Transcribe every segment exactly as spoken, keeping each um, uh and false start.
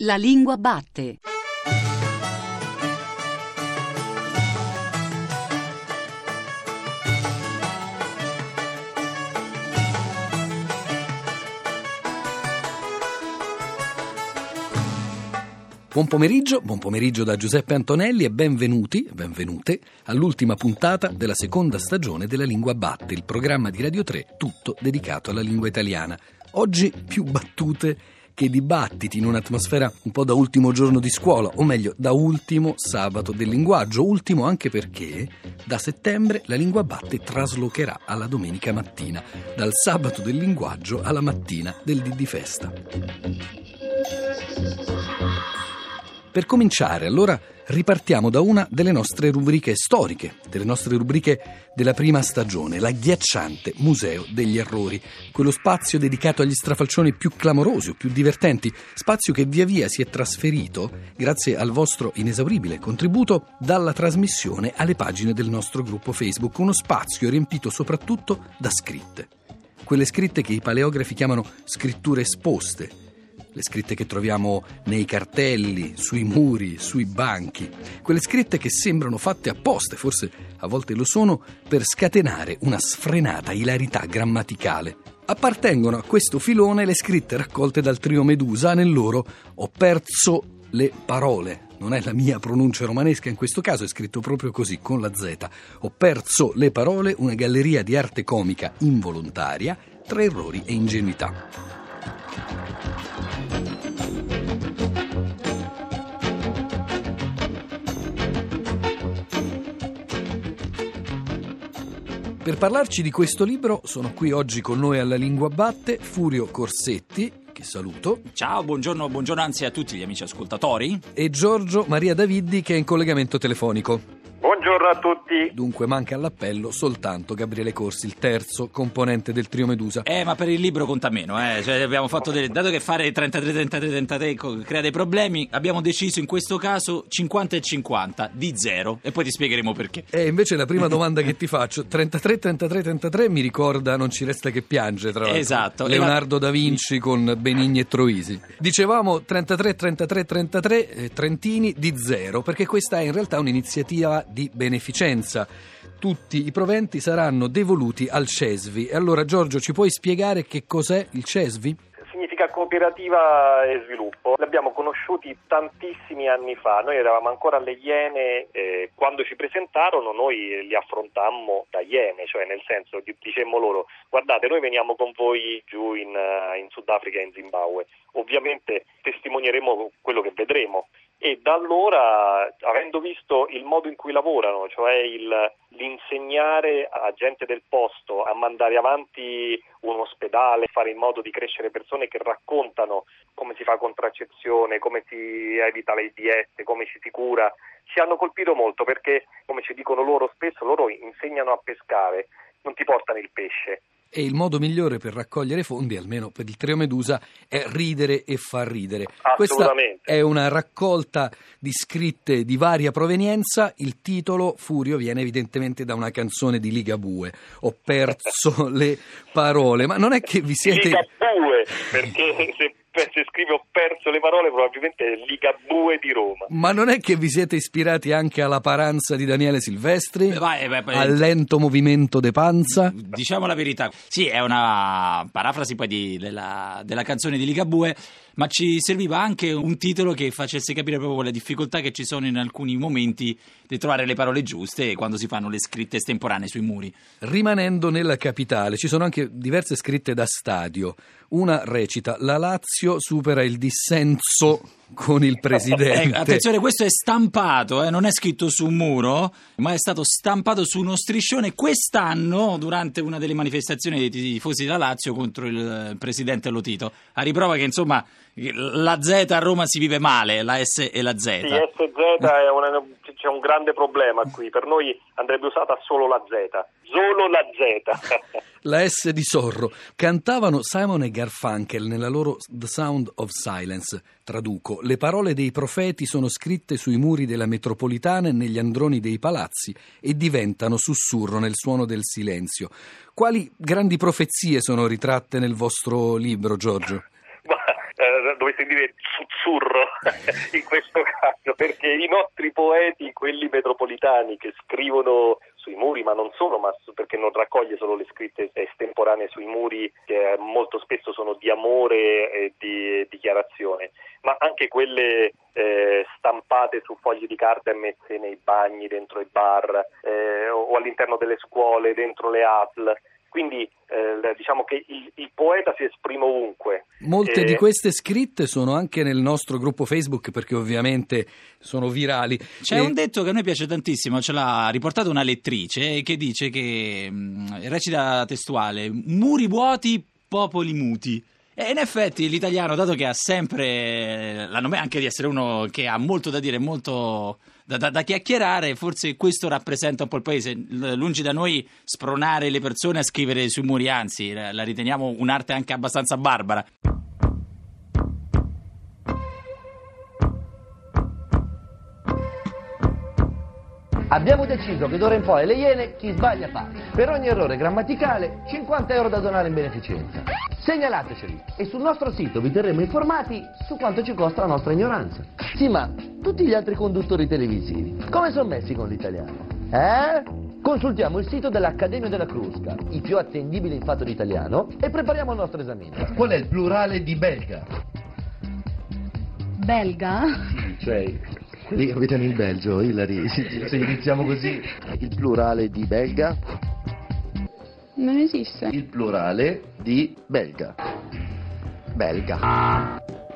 La lingua batte. Buon pomeriggio, buon pomeriggio da Giuseppe Antonelli e benvenuti, benvenute all'ultima puntata della seconda stagione della Lingua Batte, il programma di Radio tre tutto dedicato alla lingua italiana. Oggi più battute che dibattiti in un'atmosfera un po' da ultimo giorno di scuola, o meglio da ultimo sabato del linguaggio, ultimo anche perché da settembre la Lingua Batte traslocherà alla domenica mattina, dal sabato del linguaggio alla mattina del dì di festa. Per cominciare, allora, ripartiamo da una delle nostre rubriche storiche, delle nostre rubriche della prima stagione, l'agghiacciante Museo degli Errori, quello spazio dedicato agli strafalcioni più clamorosi o più divertenti, spazio che via via si è trasferito, grazie al vostro inesauribile contributo, dalla trasmissione alle pagine del nostro gruppo Facebook, uno spazio riempito soprattutto da scritte. Quelle scritte che i paleografi chiamano scritture esposte, le scritte che troviamo nei cartelli, sui muri, sui banchi, quelle scritte che sembrano fatte apposta, forse a volte lo sono, per scatenare una sfrenata ilarità grammaticale. Appartengono a questo filone le scritte raccolte dal trio Medusa nel loro Ho perso le parole. Non è la mia pronuncia romanesca, in questo caso è scritto proprio così, con la Z. Ho perso le parole, una galleria di arte comica involontaria, tra errori e ingenuità. Per parlarci di questo libro sono qui oggi con noi alla Lingua Batte Furio Corsetti, che saluto. Ciao, buongiorno, buongiorno anzi a tutti gli amici ascoltatori. E Giorgio Maria Daviddi, che è in collegamento telefonico. Buongiorno a tutti. Dunque manca all'appello soltanto Gabriele Corsi, il terzo componente del trio Medusa. Eh, ma per il libro conta meno, eh. Cioè, abbiamo fatto delle... dato che fare trentatré trentatré trentatré crea dei problemi, abbiamo deciso in questo caso cinquanta e cinquanta di zero, e poi ti spiegheremo perché. E invece la prima domanda che ti faccio, trentatré trentatré trentatré mi ricorda Non ci resta che piangere, tra l'altro. Esatto. Leonardo da Vinci con Benigni e Troisi. Dicevamo trentatré trentatré trentatré eh, Trentini di zero, perché questa è in realtà un'iniziativa di beneficenza. Tutti i proventi saranno devoluti al CESVI. E allora Giorgio, ci puoi spiegare che cos'è il CESVI? Significa cooperativa e sviluppo. Li abbiamo conosciuti tantissimi anni fa. Noi eravamo ancora alle Iene, eh, quando ci presentarono noi li affrontammo da Iene, cioè nel senso dicemmo loro: guardate, noi veniamo con voi giù in, in Sudafrica e in Zimbabwe, ovviamente testimonieremo quello che vedremo. E da allora, avendo visto il modo in cui lavorano, cioè il, l'insegnare a gente del posto a mandare avanti un ospedale, fare in modo di crescere persone che raccontano come si fa contraccezione, come si evita l'AIDS, come ci si cura, ci hanno colpito molto perché, come ci dicono loro spesso, loro insegnano a pescare, non ti portano il pesce. E il modo migliore per raccogliere fondi, almeno per il trio Medusa, è ridere e far ridere. Questa è una raccolta di scritte di varia provenienza. Il titolo, Furio, viene evidentemente da una canzone di Ligabue. Ho perso le parole. Ma non è che vi siete... Ligabue, perché se... se scrive Ho perso le parole probabilmente è Ligabue di Roma. Ma non è che vi siete ispirati anche alla paranza di Daniele Silvestri? Beh, vai, vai, vai. Al lento movimento de panza? Diciamo la verità, sì, è una parafrasi poi di, della, della canzone di Ligabue, ma ci serviva anche un titolo che facesse capire proprio le difficoltà che ci sono in alcuni momenti di trovare le parole giuste quando si fanno le scritte estemporanee sui muri. Rimanendo nella capitale, ci sono anche diverse scritte da stadio. Una recita: la Lazio supera il dissenso con il presidente. Eh, attenzione, questo è stampato, eh, non è scritto su un muro, ma è stato stampato su uno striscione quest'anno durante una delle manifestazioni dei tifosi della Lazio contro il presidente Lotito. A riprova che insomma la Z a Roma si vive male, la S e la Z. Sì, S Z è una, c'è un grande problema qui. Per noi andrebbe usata solo la Z. Solo la Z. La S di Sorro. Cantavano Simon e Garfunkel nella loro The Sound of Silence. Traduco: le parole dei profeti sono scritte sui muri della metropolitana e negli androni dei palazzi e diventano sussurro nel suono del silenzio. Quali grandi profezie sono ritratte nel vostro libro, Giorgio? eh, dovreste dire sussurro in questo caso, perché i nostri poeti, quelli metropolitani che scrivono sui muri, ma non solo, ma perché non raccoglie solo le scritte estemporanee sui muri, che molto spesso sono di amore e di dichiarazione, ma anche quelle eh, stampate su fogli di carta e messe nei bagni, dentro i bar, eh, o all'interno delle scuole, dentro le A T L. Quindi eh, diciamo che il, il poeta si esprime ovunque. Molte eh, di queste scritte sono anche nel nostro gruppo Facebook, perché ovviamente sono virali. C'è e... un detto che a noi piace tantissimo, ce l'ha riportato una lettrice, che dice che mh, recita testuale: muri vuoti, popoli muti. E in effetti l'italiano, dato che ha sempre la nome anche di essere uno che ha molto da dire, molto da, da, da chiacchierare, forse questo rappresenta un po' il paese. Lungi da noi spronare le persone a scrivere sui muri, anzi la, la riteniamo un'arte anche abbastanza barbara. Abbiamo deciso che d'ora in poi le Iene chi sbaglia paga. Per ogni errore grammaticale cinquanta euro da donare in beneficenza. Segnalateceli e sul nostro sito vi terremo informati su quanto ci costa la nostra ignoranza. Sì, ma tutti gli altri conduttori televisivi come sono messi con l'italiano? Eh? Consultiamo il sito dell'Accademia della Crusca, i più attendibili in fatto di italiano, e prepariamo il nostro esame. Qual è il plurale di belga? Belga? Sì, cioè... Lì abitano in Belgio, Ilari, se iniziamo così. Il plurale di belga? Non esiste. Il plurale di belga. Belga.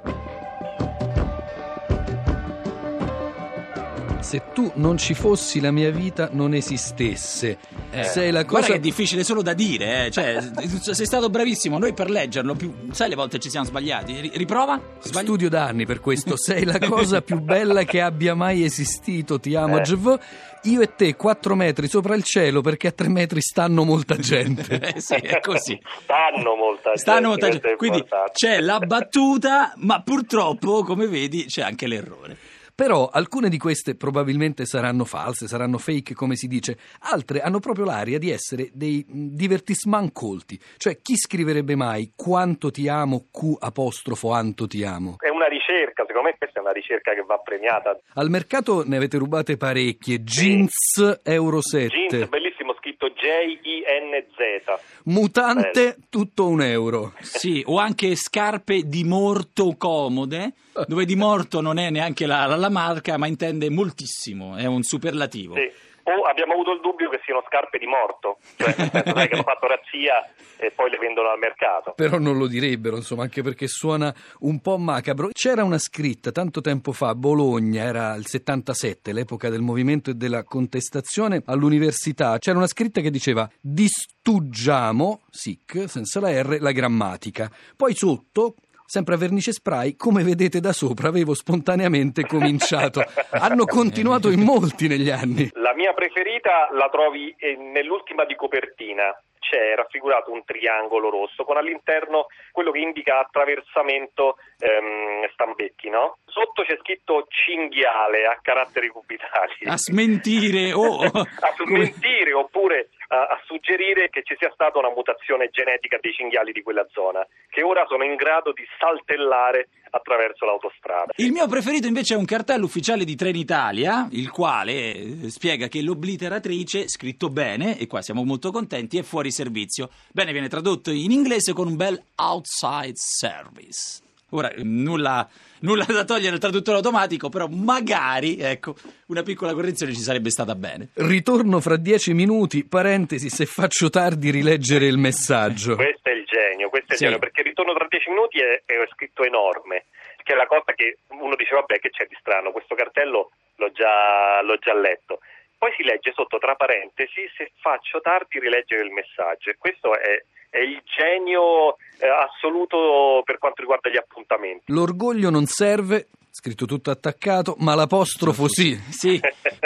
Se tu non ci fossi, la mia vita non esistesse. Eh, sei la cosa... Guarda che è difficile solo da dire, eh. Cioè, sei stato bravissimo. Noi per leggerlo, più... sai le volte ci siamo sbagliati. Riprova? Sbagli... Studio da anni per questo. Sei la cosa più bella che abbia mai esistito. Ti amo, eh. Gv. Io e te quattro metri sopra il cielo, perché a tre metri stanno molta gente. eh sì, è così. Stanno molta stanno gente. Molta gente. Quindi c'è la battuta, ma purtroppo, come vedi, c'è anche l'errore. Però alcune di queste probabilmente saranno false, saranno fake, come si dice. Altre hanno proprio l'aria di essere dei divertissement colti. Cioè, chi scriverebbe mai quanto ti amo, Q apostrofo anto ti amo? È una ricerca, secondo me questa è una ricerca che va premiata. Al mercato ne avete rubate parecchie. Jeans sì. Euro sette. Jeans, bellissimo, scritto J I N Z. Mutante, bello. Tutto un euro. Sì, o anche scarpe di morto comode, dove di morto non è neanche la, la, la marca, ma intende moltissimo, è un superlativo. Sì. O abbiamo avuto il dubbio che siano scarpe di morto, cioè nel senso che hanno fatto razzia e poi le vendono al mercato. Però non lo direbbero, insomma, anche perché suona un po' macabro. C'era una scritta tanto tempo fa a Bologna, era il settantasette, l'epoca del movimento e della contestazione all'università. C'era una scritta che diceva: distruggiamo, sic, senza la R, la grammatica. Poi sotto, sempre a vernice spray, come vedete da sopra, avevo spontaneamente cominciato. Hanno continuato in molti negli anni. La mia preferita la trovi nell'ultima di copertina. C'è raffigurato un triangolo rosso con all'interno quello che indica attraversamento ehm, Stambetti, no? Sotto c'è scritto cinghiale a caratteri cubitali. A smentire o... a smentire oppure a, a suggerire che ci sia stata una mutazione genetica dei cinghiali di quella zona, che ora sono in grado di saltellare attraverso l'autostrada. Il mio preferito invece è un cartello ufficiale di Trenitalia, il quale spiega che l'obliteratrice, scritto bene, e qua siamo molto contenti, è fuori servizio. Bene, viene tradotto in inglese con un bel outside service. Ora, nulla, nulla da togliere al traduttore automatico, però magari, ecco, una piccola correzione ci sarebbe stata bene. Ritorno fra dieci minuti, parentesi, se faccio tardi rileggere il messaggio. Questo è il genio, questo è il sì. genio, perché il ritorno tra dieci minuti è, è scritto enorme, che è la cosa che uno dice, vabbè, che c'è di strano, questo cartello l'ho già, l'ho già letto. Poi si legge sotto tra parentesi, se faccio tardi rileggere il messaggio, e questo è, è il genio eh, assoluto per quanto riguarda gli appuntamenti. L'orgoglio non serve, scritto tutto attaccato, ma l'apostrofo sì. Sì,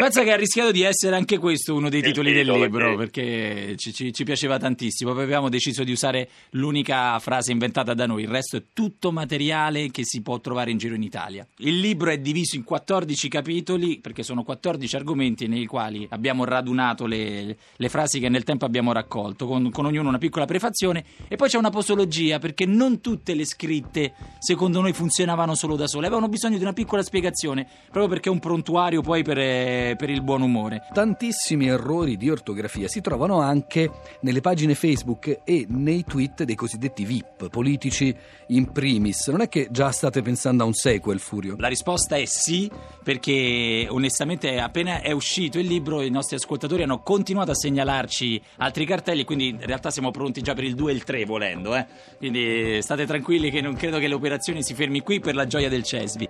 Pensa che ha rischiato di essere anche questo uno dei Il titoli del titolo, libro, sì. perché ci, ci, ci piaceva tantissimo. Poi avevamo deciso di usare l'unica frase inventata da noi, il resto è tutto materiale che si può trovare in giro in Italia. Il libro è diviso in quattordici capitoli, perché sono quattordici argomenti nei quali abbiamo radunato le, le frasi che nel tempo abbiamo raccolto, con, con ognuno una piccola prefazione, e poi c'è una posologia, perché non tutte le scritte secondo noi funzionavano solo da sole, avevano bisogno di una piccola spiegazione, proprio perché è un prontuario poi per, eh, per il buon umore. Tantissimi errori di ortografia si trovano anche nelle pagine Facebook e nei tweet dei cosiddetti V I P, politici in primis. Non è che già state pensando a un sequel, Furio? La risposta è sì, perché onestamente appena è uscito il libro i nostri ascoltatori hanno continuato a segnalarci altri cartelli, quindi in realtà siamo pronti già per il due e il tre volendo, eh? Quindi state tranquilli che non credo che l'operazione si fermi qui per la gioia del Cesvi.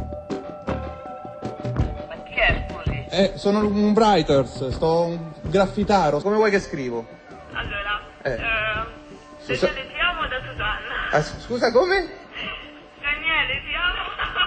Eh, sono un writers, sto un graffitaro. Come vuoi che scrivo? Allora, Eh. eh, Scusa- Daniele ti amo da Susanna. Ah, s- scusa, come? Daniele ti amo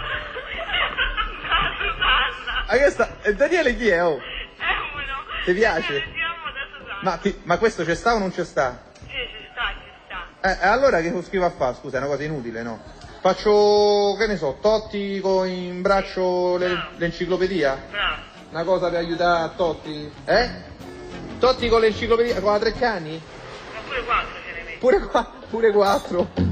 da Susanna. Ah, che sta... eh, Daniele chi è? Oh? È uno. Ti piace? Daniele ti amo da Susanna. Ma, ti- ma questo c'è sta o non c'è sta? Sì, ci sta, ci sta. Eh, allora che scrivo a fare? Scusa, è una cosa inutile, no? Faccio, che ne so, Totti con in braccio le- No. l'enciclopedia? Bravo. Una cosa per aiutare a Totti? Eh? Totti con l'enciclopedia, con la Treccani? Ma pure quattro ce ne metti. Pure, qua, pure quattro.